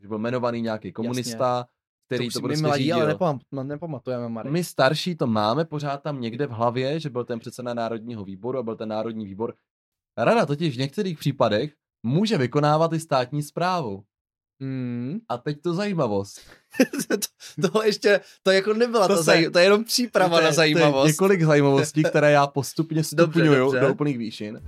že byl jmenovaný nějaký komunista, který to prostě mladí, řídil. Ale nepamatujeme, Marek. My starší to máme pořád tam někde v hlavě, že byl ten předseda Národního výboru a byl ten Národní výbor. Rada totiž v některých případech může vykonávat i státní správu. A teď to zajímavost. Tohle ještě, to jako nebyla to je jenom příprava na zajímavost. To je několik zajímavostí, které já postupně stupňuju do úplných výšin.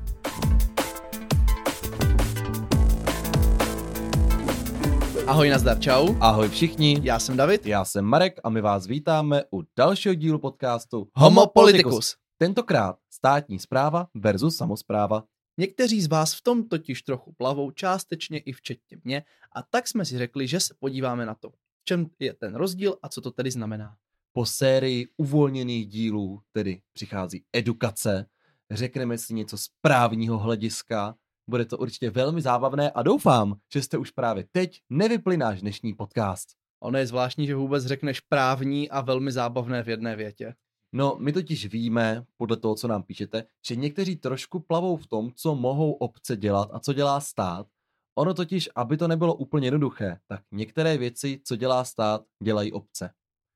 Ahoj, nazdar, čau. Ahoj všichni. Já jsem David. Já jsem Marek a my vás vítáme u dalšího dílu podcastu Homo Politicus. Tentokrát státní správa versus samospráva. Někteří z vás v tom totiž trochu plavou, částečně i včetně mě, a tak jsme si řekli, že se podíváme na to, v čem je ten rozdíl a co to tedy znamená. Po sérii uvolněných dílů tedy přichází edukace, řekneme si něco z právního hlediska, bude to určitě velmi zábavné a doufám, že jste už právě teď nevypli náš dnešní podcast. Ono je zvláštní, že vůbec řekneš právní a velmi zábavné v jedné větě. No, my totiž víme, podle toho, co nám píšete, že někteří trošku plavou v tom, co mohou obce dělat a co dělá stát. Ono totiž, aby to nebylo úplně jednoduché, tak některé věci, co dělá stát, dělají obce.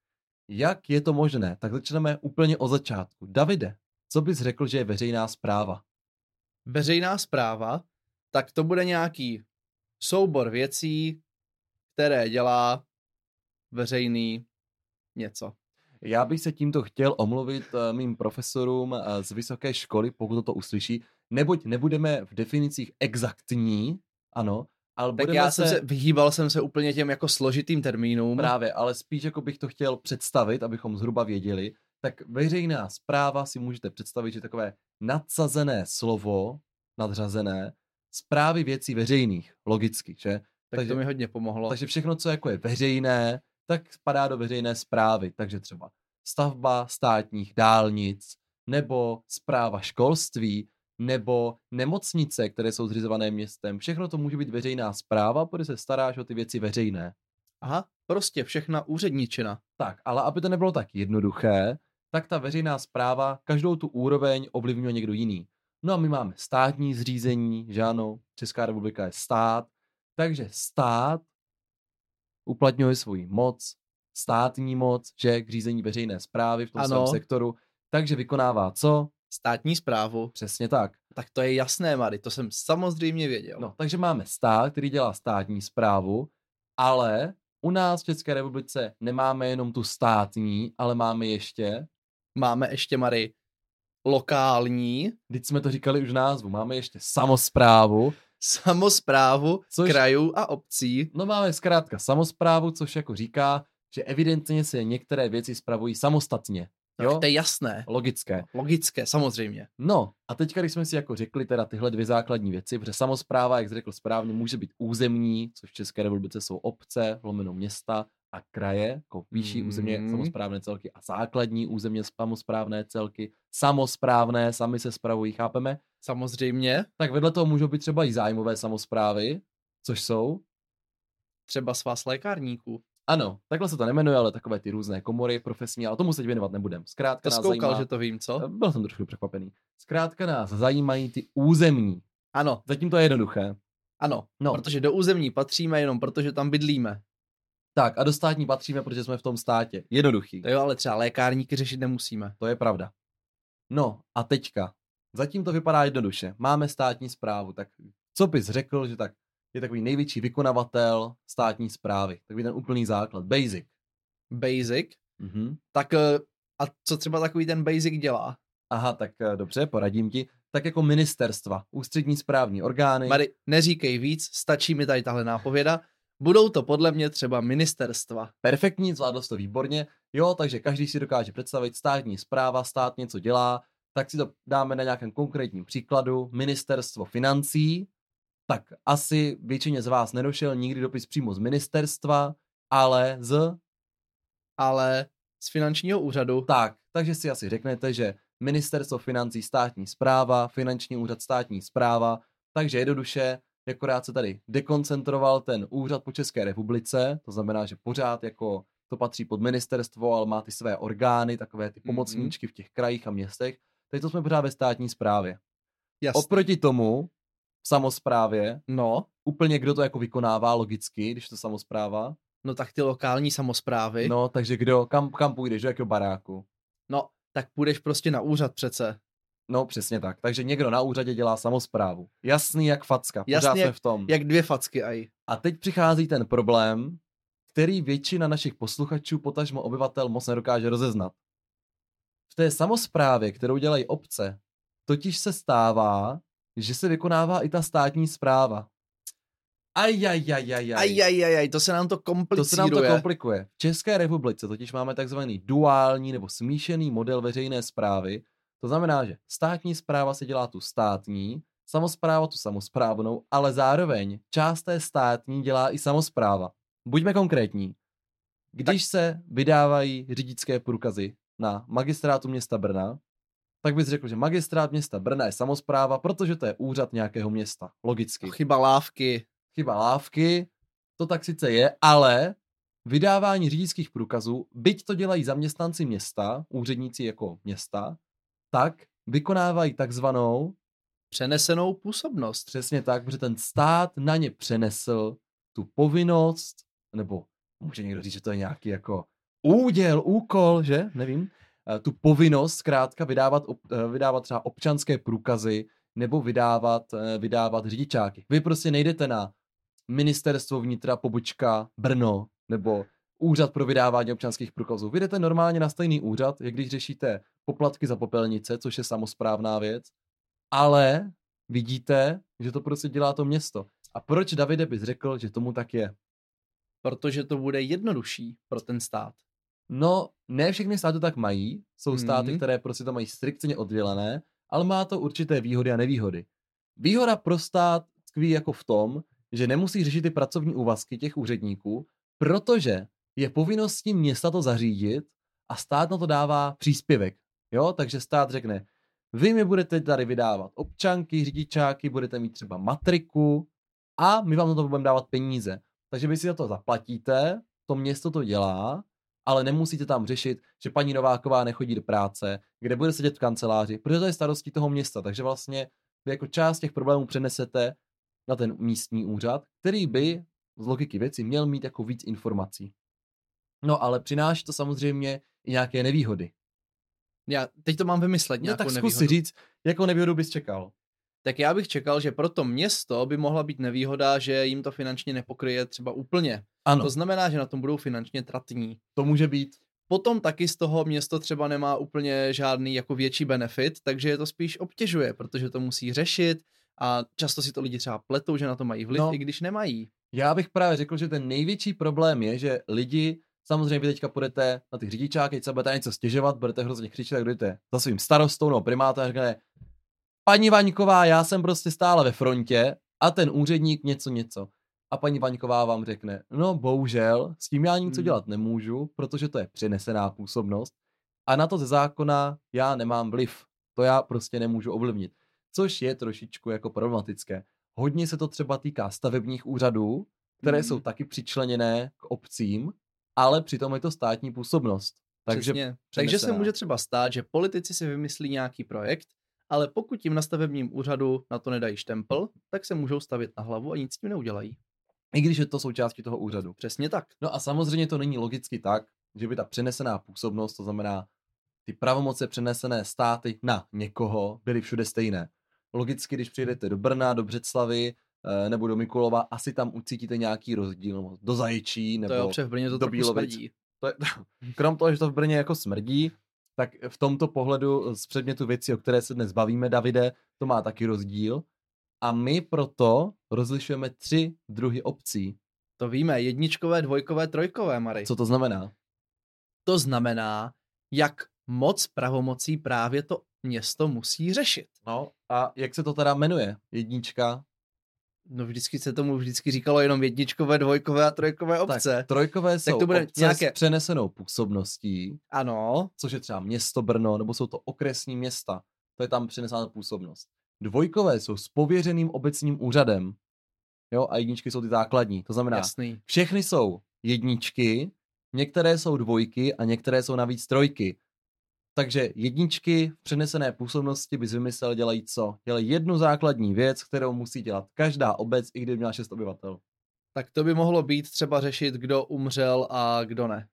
Jak je to možné? Tak začneme úplně od začátku. Davide, co bys řekl, že je veřejná správa? Veřejná správa, tak to bude nějaký soubor věcí, které dělá veřejný něco. Já bych se tímto chtěl omluvit mým profesorům z vysoké školy, pokud to uslyší, neboť nebudeme v definicích exaktní, ano, ale tak budeme vyhýbal jsem se úplně těm jako složitým termínům. Právě, ale spíš jako bych to chtěl představit, abychom zhruba věděli, tak veřejná správa si můžete představit, že takové nadsazené slovo, nadřazené, správy věcí veřejných, logicky, že? Takže to mi hodně pomohlo. Takže všechno, co jako je veřejné, tak spadá do veřejné správy, takže třeba stavba státních dálnic, nebo správa školství, nebo nemocnice, které jsou zřizované městem. Všechno to může být veřejná správa, protože se staráš o ty věci veřejné. Aha, prostě všechna úředničina. Tak, ale aby to nebylo tak jednoduché, tak ta veřejná správa každou tu úroveň ovlivňuje někdo jiný. No a my máme státní zřízení, že ano, Česká republika je stát, takže stát uplatňuje svoji moc, státní moc, že k řízení veřejné správy v tom svém sektoru, takže vykonává co? Státní správu. Přesně tak. Tak to je jasné, Mary, to jsem samozřejmě věděl. No, takže máme stát, který dělá státní správu, ale u nás v České republice nemáme jenom tu státní, ale máme ještě, Mary, lokální. Vždyť jsme to říkali už v názvu, máme ještě samosprávu. Samosprávu krajů a obcí. No máme zkrátka samosprávu, což jako říká, že evidentně se některé věci spravují samostatně. Jo? Tak to je jasné. Logické, samozřejmě. No a teďka, když jsme si jako řekli teda tyhle dvě základní věci, protože samospráva, jak jsi řekl správně, může být územní, což v České republice jsou obce, lomeno města a kraje, jako vyšší územně samosprávné celky a základní územně samosprávné celky, samosprávné, sami se spravují, chápeme? Samozřejmě. Tak vedle toho můžou být třeba i zájmové samosprávy, což jsou třeba svaz lékárníků. Ano, takhle se to nemenuje, ale takové ty různé komory profesní, ale tomu se teď věnovat nebudem. Zkrátka to zkoukal, že to vím, co? Byl jsem trošku překvapený. Zkrátka nás zajímají ty územní. Ano. Zatím to je jednoduché. Ano, protože do územní patříme jenom protože tam bydlíme. Tak a do státní patříme, protože jsme v tom státě. Jednoduchý. To jo, ale třeba lékárníky řešit nemusíme. To je pravda. No a teďka. Zatím to vypadá jednoduše. Máme státní správu, tak co bys řekl, že tak je takový největší vykonavatel státní správy. Takový ten úplný základ. Basic. Basic? Tak a co třeba takový ten basic dělá? Aha, tak dobře, poradím ti. Tak jako ministerstva, ústřední správní orgány. Mary, neříkej víc, stačí mi tady tahle nápověda. Budou to podle mě třeba ministerstva. Perfektní, zvládl jsi to výborně. Jo, takže každý si dokáže představit státní správa, stát něco dělá, tak si to dáme na nějakém konkrétním příkladu. Ministerstvo financí, tak asi většině z vás nedošel nikdy dopis přímo z ministerstva, ale z finančního úřadu. Tak, takže si asi řeknete, že ministerstvo financí státní správa, finanční úřad státní správa, takže jednoduše, akorát se tady dekoncentroval ten úřad po České republice, to znamená, že pořád jako to patří pod ministerstvo, ale má ty své orgány, takové ty pomocníčky v těch krajích a městech, teď to jsme pořád ve státní správě. Jasně. Oproti tomu, v samosprávě. No, Úplně kdo to jako vykonává logicky, když to samospráva. no tak ty lokální samosprávy. No, takže kam půjdeš, do jakého baráku? No, tak půjdeš prostě na úřad přece. No, přesně tak. Takže někdo na úřadě dělá samosprávu. Jasný jak facka, pořád Jasný jsme v tom. Jak 2 facky aj. A teď přichází ten problém, který většina našich posluchačů, potažmo obyvatel, moc nedokáže rozeznat. V té samosprávě, kterou dělají obce, totiž se stává, že se vykonává i ta státní správa. Ajajajaj, to se nám to komplicíruje. To se nám to komplikuje. V České republice totiž máme takzvaný duální nebo smíšený model veřejné správy. To znamená, že státní správa se dělá tu státní, samospráva tu samosprávnou, ale zároveň část té státní dělá i samospráva. Buďme konkrétní. Když se vydávají řidičské průkazy na magistrátu města Brna, tak bys řekl, že magistrát města Brna je samospráva, protože to je úřad nějakého města. Logicky. Chyba lávky, to tak sice je, ale vydávání řidičských průkazů, byť to dělají zaměstnanci města, úředníci jako města, tak vykonávají takzvanou přenesenou působnost. Přesně tak, protože ten stát na ně přenesl tu povinnost, nebo může někdo říct, že to je nějaký jako úkol, že? Nevím. Tu povinnost zkrátka vydávat třeba občanské průkazy nebo vydávat řidičáky. Vy prostě nejdete na ministerstvo vnitra pobočka Brno nebo úřad pro vydávání občanských průkazů. Vy jdete normálně na stejný úřad, jak když řešíte poplatky za popelnice, což je samosprávná věc, ale vidíte, že to prostě dělá to město. A proč, Davide, bys řekl, že tomu tak je? Protože to bude jednodušší pro ten stát. No, ne všechny státy tak mají. Jsou státy, které prostě to mají striktně oddělené, ale má to určité výhody a nevýhody. Výhoda pro stát tkví jako v tom, že nemusí řešit ty pracovní úvazky těch úředníků, protože je povinností města to zařídit a stát na to dává příspěvek. Jo, takže stát řekne, vy mi budete tady vydávat občanky, řidičáky, budete mít třeba matriku a my vám na to budeme dávat peníze. Takže vy si za to zaplatíte, to město to dělá, ale nemusíte tam řešit, že paní Nováková nechodí do práce, kde bude sedět v kanceláři, protože to je starostí toho města. Takže vlastně vy jako část těch problémů přenesete na ten místní úřad, který by z logiky věci měl mít jako víc informací. No ale přináší to samozřejmě i nějaké nevýhody. Já teď to mám vymyslet nějakou nevýhodu. Tak zkus si říct, jakou nevýhodu bys čekal. Tak já bych čekal, že pro to město by mohla být nevýhoda, že jim to finančně nepokryje třeba úplně. Ano. To znamená, že na tom budou finančně tratní. To může být. Potom taky z toho město třeba nemá úplně žádný jako větší benefit, takže je to spíš obtěžuje, protože to musí řešit a často si to lidi třeba pletou, že na to mají vliv, i když nemají. Já bych právě řekl, že ten největší problém je, že lidi, samozřejmě vy teďka půjdete na ty řidičáky, třeba budete něco stěžovat, budete hrozně křičet, tak jdete za svým starostou nebo primátorem a řekne, paní Vaňková, já jsem prostě stále ve frontě a ten úředník něco. A paní Vaňková vám řekne, no bohužel, s tím já něco dělat nemůžu, protože to je přenesená působnost a na to ze zákona já nemám vliv. To já prostě nemůžu ovlivnit. Což je trošičku jako problematické. Hodně se to třeba týká stavebních úřadů, které jsou taky přičleněné k obcím, ale přitom je to státní působnost. Takže se může třeba stát, že politici si vymyslí nějaký projekt, ale pokud jim na stavebním úřadu na to nedají štempel, tak se můžou stavět na hlavu a nic s tím neudělají. I když je to součástí toho úřadu. Přesně tak. No a samozřejmě to není logicky tak, že by ta přenesená působnost, to znamená ty pravomoce přenesené státy na někoho, byly všude stejné. Logicky, když přijedete do Brna, do Břeclavy nebo do Mikulova, asi tam ucítíte nějaký rozdíl, do Zaječí nebo to je v Brně to do Bílovic. Smrdí. Krom toho, že to v Brně jako smrdí, tak v tomto pohledu z předmětu věcí, o které se dnes bavíme, Davide, to má taky rozdíl. A my proto rozlišujeme 3 druhy obcí. To víme, jedničkové, dvojkové, trojkové, Mary. Co to znamená? To znamená, jak moc pravomocí právě to město musí řešit. No a jak se to teda jmenuje? Jednička? No vždycky se tomu říkalo jenom jedničkové, dvojkové a trojkové obce. Tak trojkové jsou obce nějaké s přenesenou působností. Ano. Což je třeba město Brno, nebo jsou to okresní města. To je tam přenesená působnost. Dvojkové jsou s pověřeným obecním úřadem. Jo, a jedničky jsou ty základní. To znamená, všechny jsou jedničky, některé jsou dvojky a některé jsou navíc trojky. Takže jedničky v přenesené působnosti bys vymyslel dělají co? Dělají jednu základní věc, kterou musí dělat každá obec, i kdyby měla 6 obyvatel. Tak to by mohlo být třeba řešit, kdo umřel a kdo ne.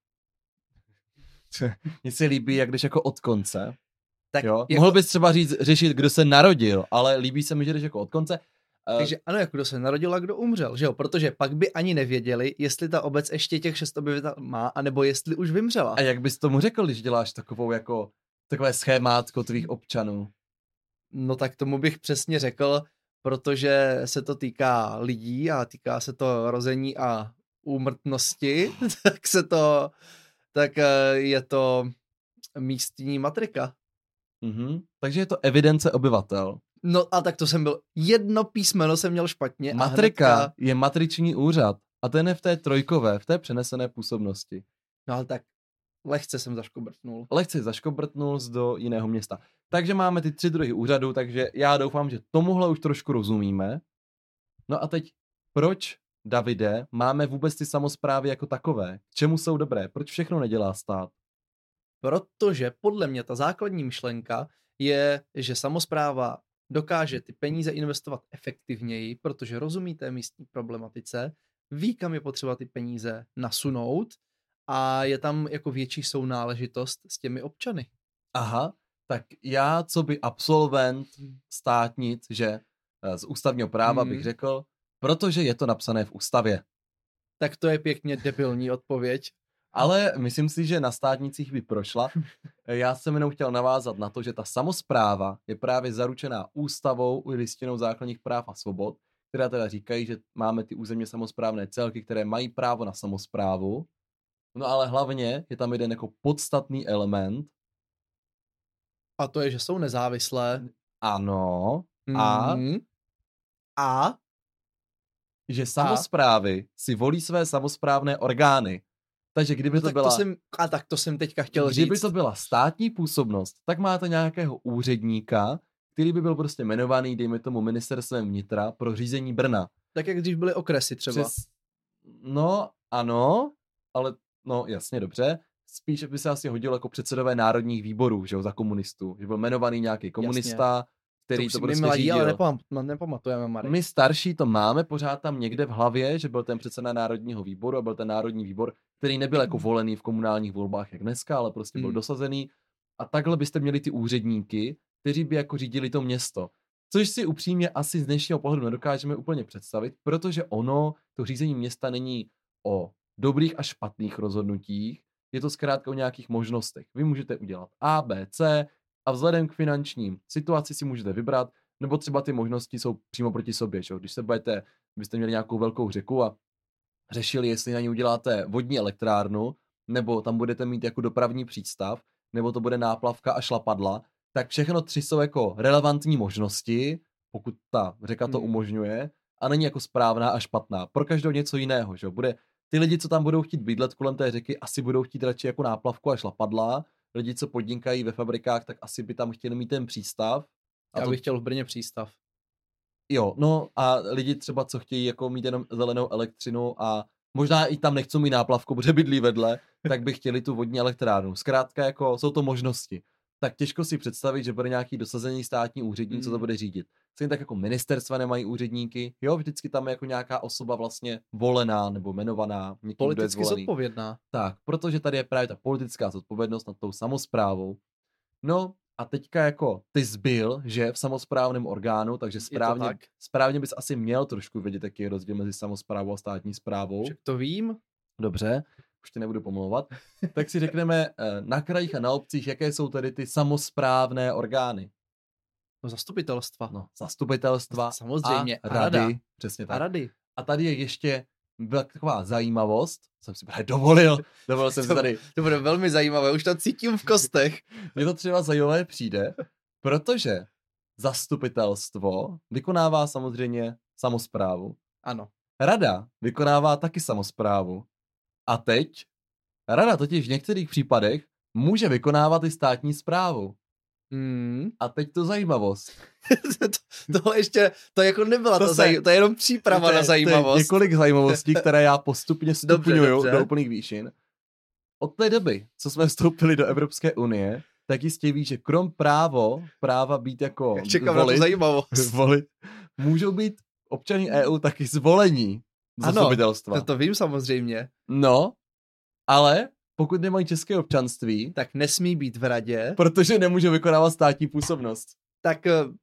Mně se líbí, jak jdeš jako od konce. Tak jo? jako... Mohl bys třeba řešit, kdo se narodil, ale líbí se mi, že jdeš jako od konce. Takže ano, jako kdo se narodil a kdo umřel, že jo? Protože pak by ani nevěděli, jestli ta obec ještě těch 6 obyvatel má, anebo jestli už vymřela. A jak bys tomu řekl, když děláš takovou jako takové schémátko tvých občanů? No tak tomu bych přesně řekl, protože se to týká lidí a týká se to rození a úmrtnosti, tak je to místní matrika. Takže je to evidence obyvatel. No a tak to jsem byl, jedno písmeno jsem měl špatně. Matrika je matriční úřad a ten je v té trojkové, v té přenesené působnosti. No ale tak lehce jsem zaškobrtnul. Lehce zaškobrtnul do jiného města. Takže máme ty 3 druhy úřadů, takže já doufám, že tomuhle už trošku rozumíme. No a teď, proč, Davide, máme vůbec ty samosprávy jako takové? K čemu jsou dobré? Proč všechno nedělá stát? Protože podle mě ta základní myšlenka je, že samospráva dokáže ty peníze investovat efektivněji, protože rozumí té místní problematice, ví, kam je potřeba ty peníze nasunout a je tam jako větší sounáležitost s těmi občany. Aha, tak já, co by absolvent státnic, že z ústavního práva bych řekl, protože je to napsané v ústavě. Tak to je pěkně debilní odpověď. Ale myslím si, že na státnicích by prošla. Já jsem jenom chtěl navázat na to, že ta samospráva je právě zaručená ústavou i listinou základních práv a svobod, která teda říkají, že máme ty územně samosprávné celky, které mají právo na samosprávu. No ale hlavně je tam jeden jako podstatný element. A to je, že jsou nezávislé. Ano. A že samosprávy si volí své samosprávné orgány. Takže kdyby to byla... tak to jsem teďka chtěl říct. Kdyby to byla státní působnost, tak máte nějakého úředníka, který by byl prostě jmenovaný, dejme tomu, ministerstvem vnitra pro řízení Brna. Tak jak když byly okresy třeba. No, ano, ale no jasně, dobře. Spíš by se asi hodilo jako předsedové národních výborů, že jo, za komunistů. Že byl jmenovaný nějaký komunista, jasně, který to prostě mladí, řídil. Ale nepamatujeme, Marek. My starší to máme pořád tam někde v hlavě, že byl ten předseda národního výboru a byl ten národní výbor, který nebyl jako volený v komunálních volbách jak dneska, ale prostě byl dosazený. A takhle byste měli ty úředníky, kteří by jako řídili to město. Což si upřímně asi z dnešního pohledu nedokážeme úplně představit, protože to řízení města není o dobrých a špatných rozhodnutích, je to zkrátka o nějakých možnostech. Vy můžete udělat A, B, C a vzhledem k finančním situaci si můžete vybrat, nebo třeba ty možnosti jsou přímo proti sobě. Že? Když se byste měli nějakou velkou řeku a řešili, jestli na ní uděláte vodní elektrárnu, nebo tam budete mít jako dopravní přístav, nebo to bude náplavka a šlapadla, tak všechno 3 jsou jako relevantní možnosti, pokud ta řeka to umožňuje, a není jako správná a špatná. Pro každého něco jiného. Že? Ty lidi, co tam budou chtít bydlet kolem té řeky, asi budou chtít radši jako náplavku a šlapadla. Lidi, co podnikají ve fabrikách, tak asi by tam chtěli mít ten přístav. Já bych chtěl v Brně přístav. Jo, no a lidi třeba, co chtějí jako mít jenom zelenou elektřinu a možná i tam nechcou mít náplavku, protože bydlí vedle, tak by chtěli tu vodní elektrárnu. Zkrátka jako jsou to možnosti. Tak těžko si představit, že bude nějaký dosazený státní úředník, co to bude řídit. Stejně tak jako ministerstva nemají úředníky, jo, vždycky tam je jako nějaká osoba vlastně volená nebo jmenovaná. Politicky zodpovědná. Tak, protože tady je právě ta politická zodpovědnost nad tou samosprávou. No a teďka jako ty zbyl, že v samosprávném orgánu, takže správně bys asi měl trošku vědět, jaký je rozdíl mezi samosprávou a státní správou. Však to vím. Dobře, už tě nebudu pomlouvat. Tak si řekneme na krajích a na obcích, jaké jsou tedy ty samosprávné orgány. No zastupitelstva. No, zastupitelstva samozřejmě. A rady. Rada. Přesně tak. A rady. A tady je ještě taková zajímavost, jsem si právě dovolil jsem si tady. To bude velmi zajímavé, už to cítím v kostech. Mně to třeba zajímavé přijde, protože zastupitelstvo vykonává samozřejmě samosprávu. Ano. Rada vykonává taky samosprávu. A teď rada totiž v některých případech může vykonávat i státní správu. A teď to zajímavost. Tohle ještě, to jako nebyla to je jenom příprava na zajímavost. To je několik zajímavostí, které já postupně stupňuju do úplných výšin. Od té doby, co jsme vstoupili do Evropské unie, tak jistě víš, že krom práva být jako Čekám na to zajímavost. volit, můžou být občany EU taky zvolení z zastupitelstva. To vím samozřejmě. No, ale pokud nemají české občanství, tak nesmí být v radě. Protože nemůžou vykonávat státní působnost. Tak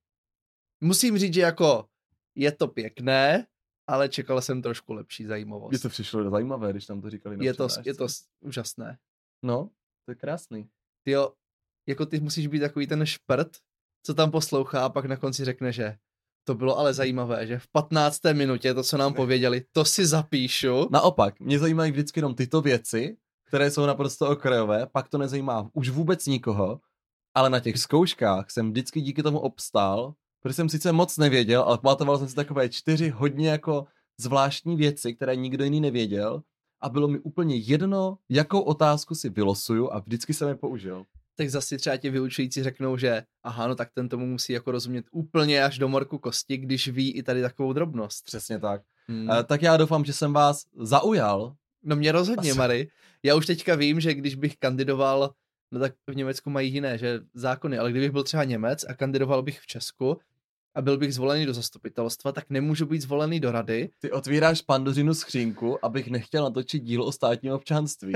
musím říct, že jako je to pěkné, ale čekal jsem trošku lepší zajímavost. Mně to přišlo zajímavé, když tam to říkali na Je to úžasné. No, to je krásný. Tyjo, jako ty musíš být takový ten šprt, co tam poslouchá a pak na konci řekne, že to bylo ale zajímavé, že v 15. minutě to, co nám pověděli, to si zapíšu. Naopak, mě zajímají vždycky jenom tyto věci, které jsou naprosto okrajové, pak to nezajímá už vůbec nikoho, ale na těch zkouškách jsem vždycky díky tomu obstál, protože jsem sice moc nevěděl, ale pamatoval jsem si takové 4 hodně jako zvláštní věci, které nikdo jiný nevěděl a bylo mi úplně jedno, jakou otázku si vylosuju a vždycky jsem je použil. Tak zase třeba ti vyučující řeknou, že aha, no tak ten tomu musí jako rozumět úplně až do morku kosti, když ví i tady takovou drobnost. Přesně tak. Tak já doufám, že jsem vás zaujal. No mě rozhodně, Mary. Já už teďka vím, že když bych kandidoval, no tak v Německu mají jiné, že zákony, ale kdybych byl třeba Němec a kandidoval bych v Česku a byl bych zvolený do zastupitelstva, tak nemůžu být zvolený do rady. Ty otvíráš Pandořinu skřínku, abych nechtěl natočit díl o státním občanství.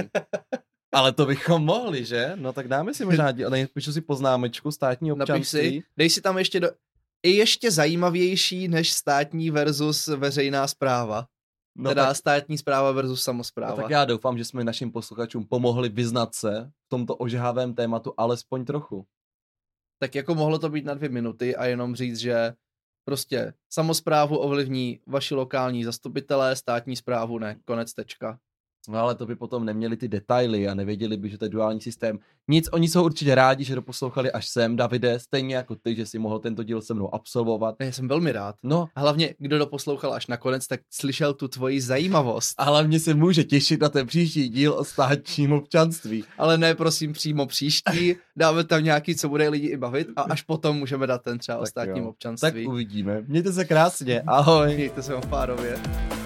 Ale to bychom mohli, že? No tak dáme si možná díl, píšu si poznámečku státní občanství. Dej si tam ještě ještě zajímavější než státní versus veřejná správa. No teda tak, státní správa versus samospráva. No tak já doufám, že jsme našim posluchačům pomohli vyznat se v tomto ožehavém tématu alespoň trochu. Tak jako mohlo to být na 2 minuty a jenom říct, že prostě samosprávu ovlivní vaši lokální zastupitelé, státní správu ne, konec tečka. No ale to by potom neměli ty detaily a nevěděli by, že to je duální systém. Nic, oni jsou určitě rádi, že doposlouchali až sem, Davide, stejně jako ty, že si mohl tento díl se mnou absolvovat. Já jsem velmi rád. No. A hlavně, kdo doposlouchal až nakonec, tak slyšel tu tvoji zajímavost. A hlavně se může těšit na ten příští díl o státním občanství. Ale ne, prosím, přímo příští. Dáme tam nějaký, co bude lidi i bavit a až potom můžeme dát ten třeba o státním občanství. Tak uvidíme. Mějte se krásně. Ahoj. Mějte se v párově.